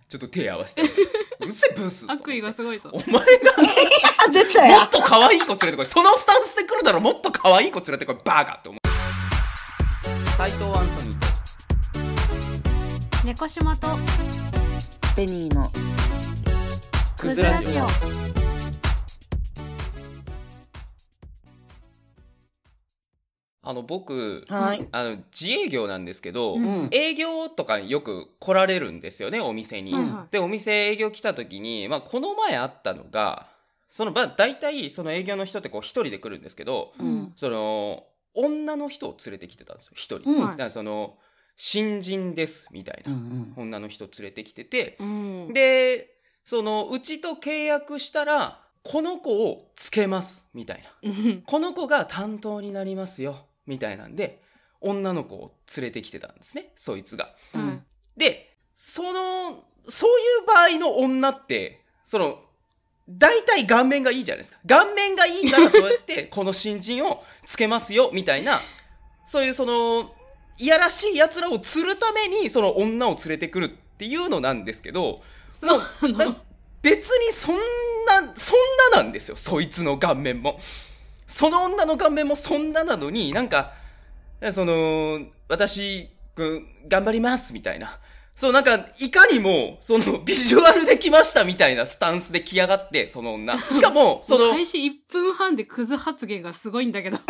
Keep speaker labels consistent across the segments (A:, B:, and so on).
A: ちょっと手合わせて。うるせえブース。
B: 悪意がすごいぞ。
A: お前が
C: 出たよ。
A: もっと可愛い子連れてこい。そのスタンスで来るならもっと可愛い子連れてこい。バカって思う。斉藤アンソニーと
B: 猫島と
C: ベニーの
B: クズラジオ。
A: 僕、
C: はい。
A: 自営業なんですけど、
C: ん
A: 営業とかによく来られるんですよね、お店に。で、お店営業来た時に、この前あったのが、大体、その営業の人ってこう一人で来るんですけど、女の人を連れてきてたんですよ、一人。だから新人です、みたいな、女の人連れてきてて、で、うちと契約したら、この子をつけます、みたいな。この子が担当になりますよ、みたいなんで、女の子を連れてきてたんですね、そいつが。で、そういう場合の女って、大体顔面がいいじゃないですか。顔面がいいからそうやって、この新人をつけますよ、みたいな、そういういやらしい奴らを釣るために、その女を連れてくるっていうのなんですけど、
B: そう
A: 別にそんななんですよ、そいつの顔面も。その女の顔面もそんななのに、私、頑張ります、みたいな。いかにも、ビジュアルで来ましたみたいなスタンスで来やがって、その女。しかも、
B: 開始1分半でクズ発言がすごいんだけど。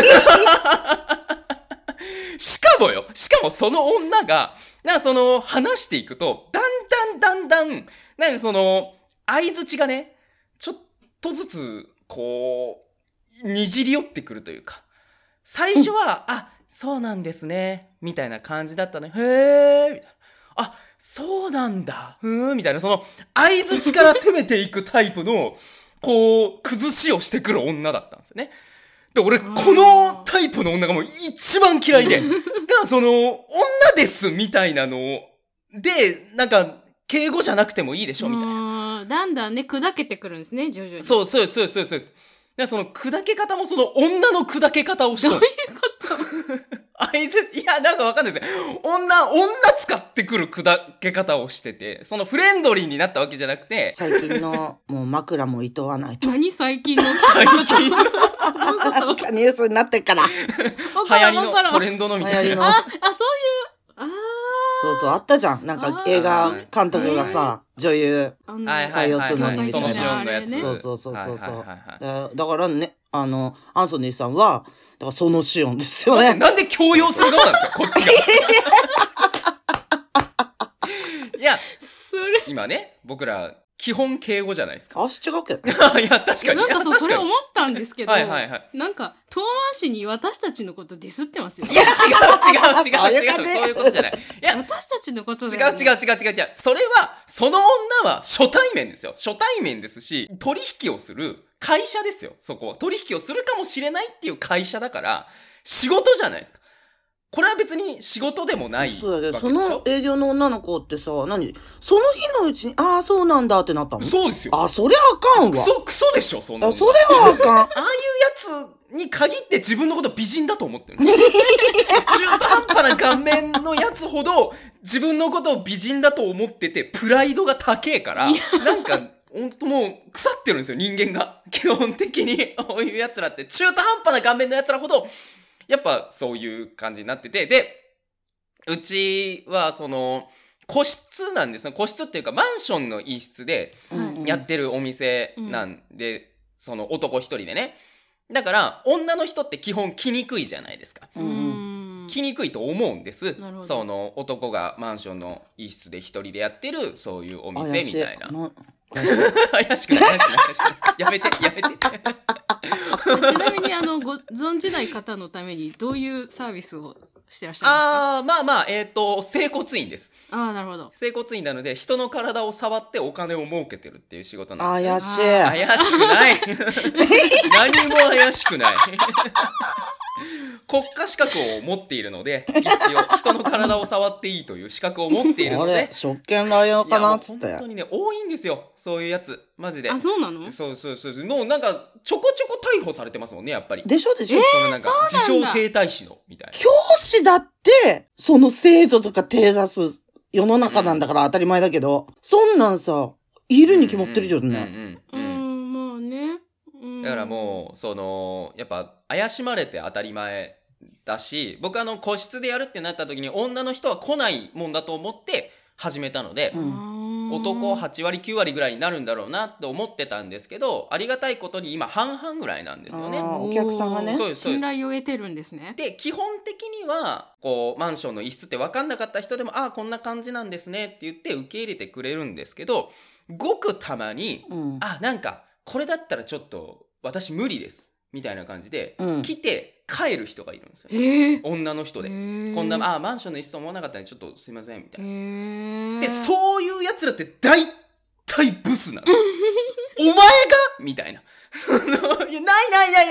A: しかもその女が、話していくと、だんだん、相槌がね、ちょっとずつ、にじり寄ってくるというか、最初は、そうなんですね、みたいな感じだったね。へー、みたいな。そうなんだ、みたいな、相槌から攻めていくタイプの、崩しをしてくる女だったんですよね。で、俺、このタイプの女がもう一番嫌いで、女ですみたいなので、敬語じゃなくてもいいでしょみたいな。
B: だんだんね、砕けてくるんですね、徐々に。
A: そうです。砕け方も女の砕け方をしとる。
B: どういうこと
A: いや、わかんないですよ。女使ってくる砕け方をしてて、フレンドリーになったわけじゃなくて。
C: 最近の、もう枕も厭わないと。
B: 何最近の
A: 最近の
C: なんかニュースになってから。
A: 流行りのトレンドのみたいな。
B: そういう、
C: そう、あったじゃん。映画監督がさ、女優採用するのにみたいな。
A: そのシオンのやつ。
C: そう。だからね、アンソニーさんは、だからそのシオンですよね。
A: なんで強要する側なんですか、こっちが。いや、今ね、僕ら、基本敬語じゃないですか。
C: 違うけど。
A: いや、確かに。
B: それ思ったんですけど、
A: はい。
B: 遠回しに私たちのことディスってますよ。
A: いや、違う。そういうことじゃない。いや、
B: 私たちのこと
A: 違う。それは、その女は初対面ですよ。初対面ですし、取引をする会社ですよ、そこは。取引をするかもしれないっていう会社だから、仕事じゃないですか。これは別に仕事でもないわけでしょ。
C: そうだけど、その営業の女の子ってさ、その日のうちに、そうなんだってなったの？
A: そうですよ。
C: そりゃあかんわ。
A: クソでしょ、そんなの。
C: それはあかん。
A: ああいうやつに限って自分のこと美人だと思ってる。中途半端な顔面のやつほど自分のことを美人だと思ってて、プライドが高えから、ほんともう腐ってるんですよ、人間が。基本的に、こういう奴らって、中途半端な顔面の奴らほど、やっぱそういう感じになってて、で、うちは個室なんですよ。個室っていうかマンションの一室でやってるお店なんで、男一人でね。だから、女の人って基本来にくいじゃないですか。来にくいと思うんです。男がマンションの一室で一人でやってる、そういうお店みたいな。怪しくない。やめて。
B: ちなみにご存じない方のためにどういうサービスをしてらっしゃるんですか？
A: 整骨院です。
B: なるほど。
A: 整骨院なので、人の体を触ってお金を儲けてるっていう仕事なんです。
C: 怪しい。
A: 怪しくない。何も怪しくない。国家資格を持っているので、一応人の体を触っていいという資格を持っているので、
C: 職権乱用かなっつって。
A: 本当にね、多いんですよ、そういうやつ。マジで。
B: そうなの？
A: そう。もうちょこちょこ逮捕されてますもんね、やっぱり。
C: でしょ
A: 自称整体師の、みたいな。
C: 教師だって、その制度とか手出す世の中なんだから当たり前だけど、そんなんさ、いるに決まってるじゃんね。
B: もうね。
A: だからもう、やっぱ、怪しまれて当たり前だし、僕個室でやるってなった時に女の人は来ないもんだと思って始めたので、男8割9割ぐらいになるんだろうなって思ってたんですけど、ありがたいことに今半々ぐらいなんですよね。
C: お客さんがね。
A: そうです。
B: 信頼を得てるんですね。
A: で、基本的には、マンションの一室って分かんなかった人でも、こんな感じなんですねって言って受け入れてくれるんですけど、ごくたまに、なんか、これだったらちょっと、私無理です。みたいな感じで、来て帰る人がいるんですよ。女の人で。こんな、マンションの一室思わなかったんで、ちょっとすいません、みたいな。で、そういう奴らって大体ブスなんです。お前がみたいな。ない、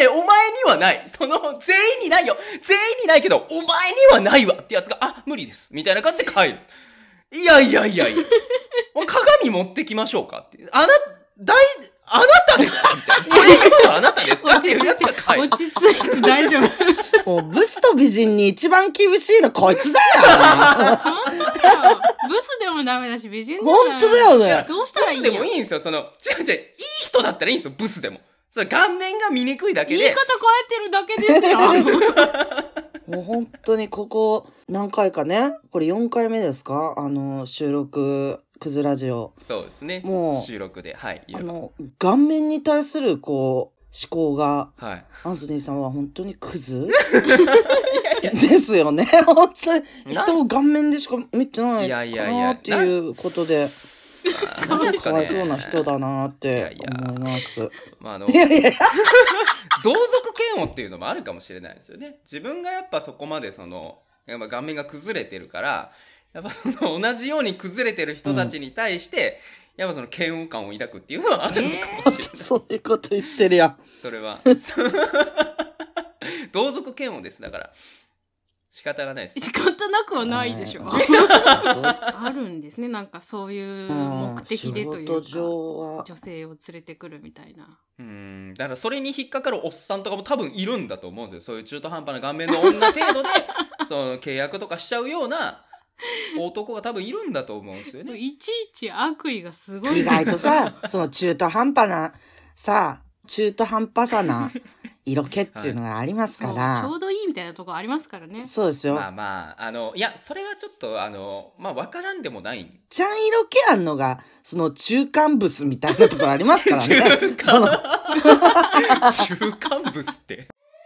A: お前にはない。全員にないよ。全員にないけど、お前にはないわってやつが、無理です。みたいな感じで帰る。いや。鏡持ってきましょうかって。あなたですかみたいな。それ言うのあなたですかっていうやつが帰る。
B: 落ち着いて大丈夫。
C: もうブスと美人に一番厳しいのこいつだよ。
B: 本当だよ。ブスでもダメだし、美人でもダメ。
C: 本当だよね。
B: どうしたらいいの？
A: ブスでもいいんですよ。違う、いい人だったらいいんですよ、ブスでも。顔面が見にくいだけで。
B: 言い方変えてるだけですよ。
C: もう本当にここ何回かね、これ4回目ですか？収録、クズラジオ。
A: そうですね。
C: もう、
A: 収録で、はい。
C: 顔面に対する思考が、
A: はい。
C: アンソニーさんは本当にクズですよね。本当に人を顔面でしか見てないかなっていうことで。かわいそうな人だなって思います。
A: 同族嫌悪っていうのもあるかもしれないですよね。自分がやっぱそこまでやっぱ顔面が崩れてるから、やっぱ同じように崩れてる人たちに対して、やっぱ嫌悪感を抱くっていうのはあるのかもしれない。
C: そういうこと言ってるやん。
A: それは。同族嫌悪です。だから。仕方がないです。
B: 仕方なくはないでしょ。あるんですね。なんかそういう目的でというか、女性を連れてくるみたいな。
A: だからそれに引っかかるおっさんとかも多分いるんだと思うんですよ。そういう中途半端な顔面の女程度で、契約とかしちゃうような男が多分いるんだと思うんですよね。
B: いちいち悪意がすごい。
C: 意外とさ、中途半端さな色気っていうのがありますから、
B: ちょうどいいみたいなところありますからね。
C: そうですよ。
A: いや、それはちょっとわからんでもない。
C: ちゃん色気あんのが中間ブスみたいなところありますからね。
A: 中間ブスって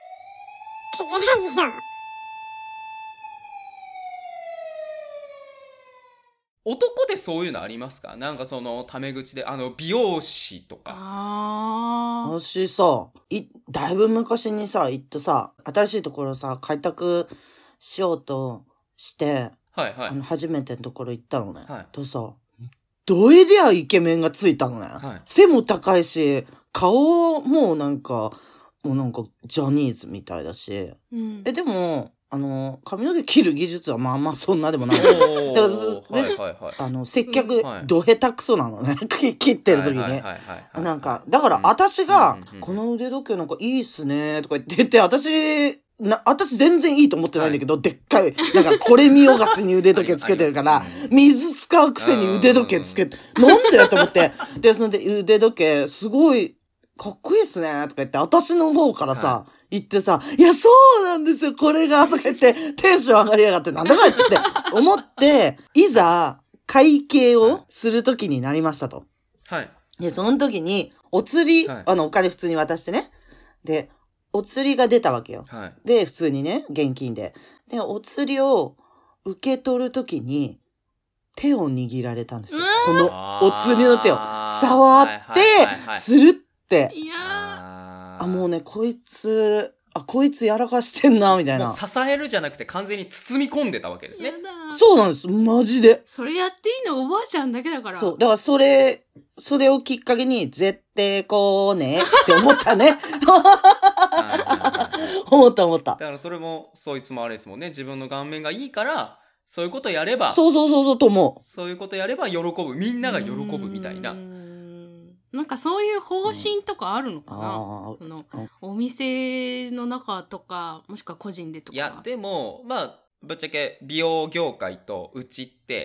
A: 男でそういうのありますか？なんかタメ口で美容師とか。
C: 私さ、だいぶ昔にさ、行ってさ、新しいところさ、開拓しようとして、初めてのところ行ったのね。とさ、どえりゃイケメンがついたのね。背も高いし、顔もなんかジャニーズみたいだし。でも、髪の毛切る技術はまあまあそんなでもない。だから接客、ど下手くそなのね。切ってる時に。なんか、だから私が、この腕時計なんかいいっすねとか言って、私全然いいと思ってないんだけど、でっかい、なんかこれ見よがしに腕時計つけてるから、水使うくせに腕時計つけて、なんでと思って、で、それで腕時計すごい、かっこいいっすねとか言って、私の方からさ、言ってさ、いや、そうなんですよ、これがとか言って、テンション上がりやがって、なんだこいつって思って、いざ、会計をするときになりましたと。で、その時に、お釣り、お金普通に渡してね。で、お釣りが出たわけよ。で、普通にね、現金で。で、お釣りを受け取るときに、手を握られたんですよ。そのお釣りの手を触って、するって。
B: いや
C: もうね、こいつやらかしてんな、みたいな。
A: もう支えるじゃなくて完全に包み込んでたわけですね。
C: そうなんです。マジで。
B: それやっていいのおばあちゃんだけだから。
C: そう。だからそれをきっかけに、絶対こうね、って思ったね。思った。
A: だからそれも、そいつもあれですもんね。自分の顔面がいいから、そういうことやれば。
C: そうと思う。
A: そういうことやれば喜ぶ。みんなが喜ぶみたいな。
B: なんかそういう方針とかあるのかな、お店の中とか、もしくは個人でとか。
A: いや、でも、ぶっちゃけ美容業界とうちって、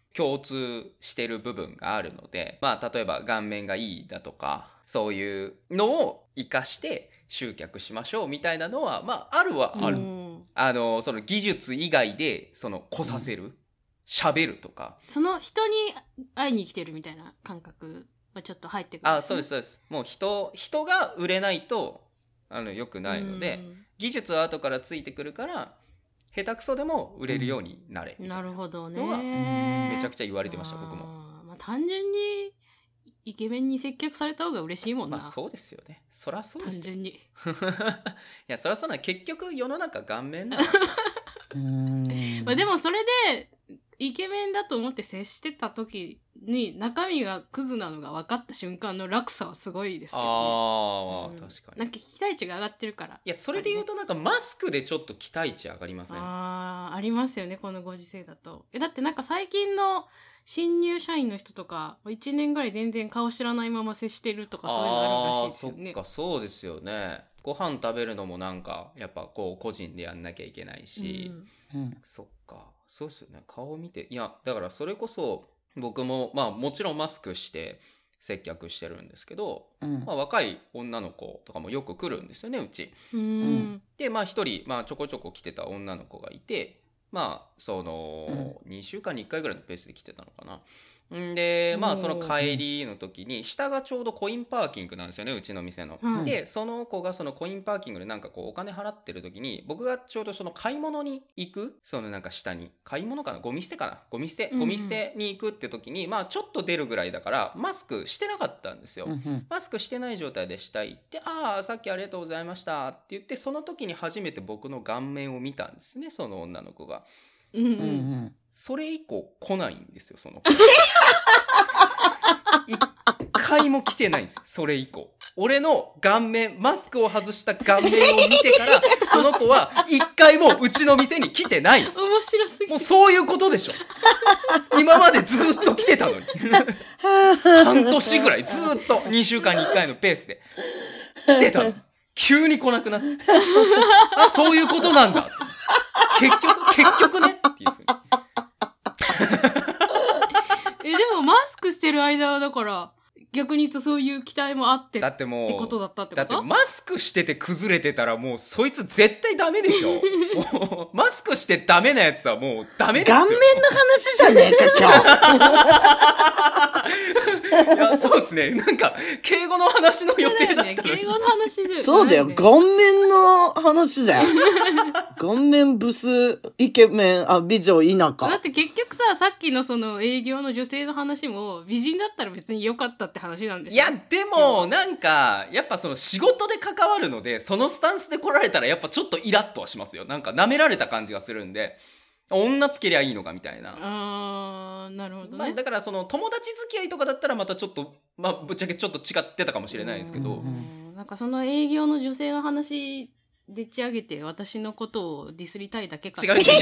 A: 共通してる部分があるので、まあ例えば顔面がいいだとか、そういうのを活かして集客しましょうみたいなのは、まああるはある。その技術以外で、その来させる、喋るとか。
B: その人に会いに来てるみたいな感覚はちょっと入ってくる、ね。
A: そうです、そうです。もう人が売れないと、良くないので、技術は後からついてくるから、下手くそでも売れるようになれ。
B: なるほどね。
A: めちゃくちゃ言われてました、僕も。
B: まあ、単純に、イケメンに接客された方が嬉しいもんな。
A: まあそうですよね。そらそうですよ。
B: 単純に。
A: いや、そらそうな。結局世の中顔面なんですよ。
B: まあでもそれで、イケメンだと思って接してた時に中身がクズなのが分かった瞬間の落差はすごいですけどね。
A: 確かに。
B: なんか期待値が上がってるから。
A: いや、それで言うとなんかマスクでちょっと期待値上がりません？
B: ありますよね、このご時世だと。だってなんか最近の新入社員の人とか、1年ぐらい全然顔知らないまま接してるとかそういうのあるらしいですよね。
A: そっか、そうですよね。ご飯食べるのもなんか、やっぱこう個人でやんなきゃいけないし。そっか。そうですよね。顔見て。いや、だからそれこそ、僕も、まあもちろんマスクして接客してるんですけど、まあ若い女の子とかもよく来るんですよね、うち。で、まあ一人、まあちょこちょこ来てた女の子がいて、まあ、その、2週間に1回ぐらいのペースで来てたのかな。んで、まあ、その帰りの時に、下がちょうどコインパーキングなんですよね、うちの店の。で、その子がそのコインパーキングでなんかこう、お金払ってる時に、僕がちょうどその買い物に行く、そのなんか下に、買い物かな、ゴミ捨てかな、ゴミ捨てに行くって時に、まあ、ちょっと出るぐらいだから、マスクしてなかったんですよ。マスクしてない状態で下行って、さっきありがとうございましたって言って、その時に初めて僕の顔面を見たんですね、その女の子が。それ以降来ないんですよ、その子。一回も来てないんですよ、それ以降。俺の顔面、マスクを外した顔面を見てから、その子は一回もうちの店に来てないんです。
B: 面白すぎる。
A: もうそういうことでしょ。今までずっと来てたのに。半年ぐらいずっと2週間に1回のペースで来てたの。急に来なくなって。そういうことなんだ。結局ねっていうふうに。
B: でもマスクしてる間はだから逆に言うとそういう期待もあって
A: だってもう
B: ってことだったってこと？
A: だってマスクしてて崩れてたらもうそいつ絶対ダメでしょ。もうマスクしてダメなやつはもうダメですよ。
C: 顔面の話じゃねえか今
A: 日。いやそうですね。なんか敬語の話の予定だったのに。
B: 敬語の話で。
C: そうだよ。顔面の話だよ。顔面ブスイケメン美女田舎。
B: だって結局さっきのその営業の女性の話も美人だったら別に良かったって話なんでしょ。
A: いやでもなんかやっぱその仕事で関わるのでそのスタンスで来られたらやっぱちょっとイラッとはしますよ。なんか舐められた感じがするんで。女つけりゃいいのかみたいな。
B: なるほどね。
A: まあだからその友達付き合いとかだったらまたちょっとまあぶっちゃけちょっと違ってたかもしれないですけど。
B: なんかその営業の女性の話でっち上げて私のことをディスりたいだけか。
A: 違います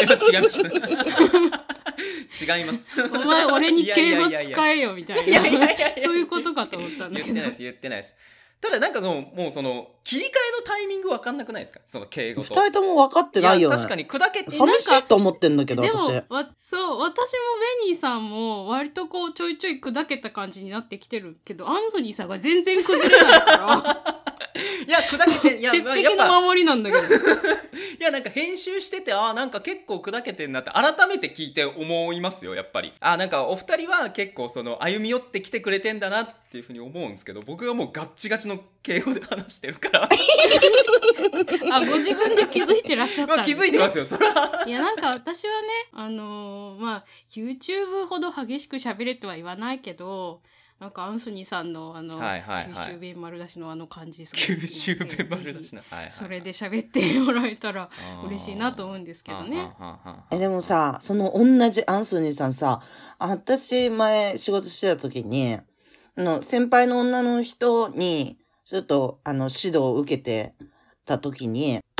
A: 違います。
B: お前俺に敬語使えよみたいな。そういうことかと思ったんだけど。
A: 言ってないです。ただなんかもうその切り替えのタイミング分かんなくないですか？その敬語と。
C: 二人とも分かってないよね。
A: 確かに砕けて
C: 寂しいと思ってんだけど私。
B: そう私もベニーさんも割とこうちょいちょい砕けた感じになってきてるけどアンソニーさんが全然崩れないから。
A: いや砕けて
B: 鉄壁の守りなんだけど。
A: いやなんか編集しててなんか結構砕けてんなって改めて聞いて思いますよやっぱり。なんかお二人は結構その歩み寄ってきてくれてんだなっていうふうに思うんですけど僕がもうガッチガチの敬語で話してるから。
B: ご自分で気づいてらっしゃったんですね。
A: 気づいてますよそら。
B: いやなんか私はねまあ YouTube ほど激しく喋れとは言わないけど。なんかアンソニーさんの九州弁丸出しの感じすごい好き。
A: 九州弁丸出しの、
B: それで喋ってもらえたら嬉しいなと思うんですけどね。
C: でもさ、その同じアンソニーさんさ、私前仕事してた時に先輩の女の人にちょっと指導を受けてた時に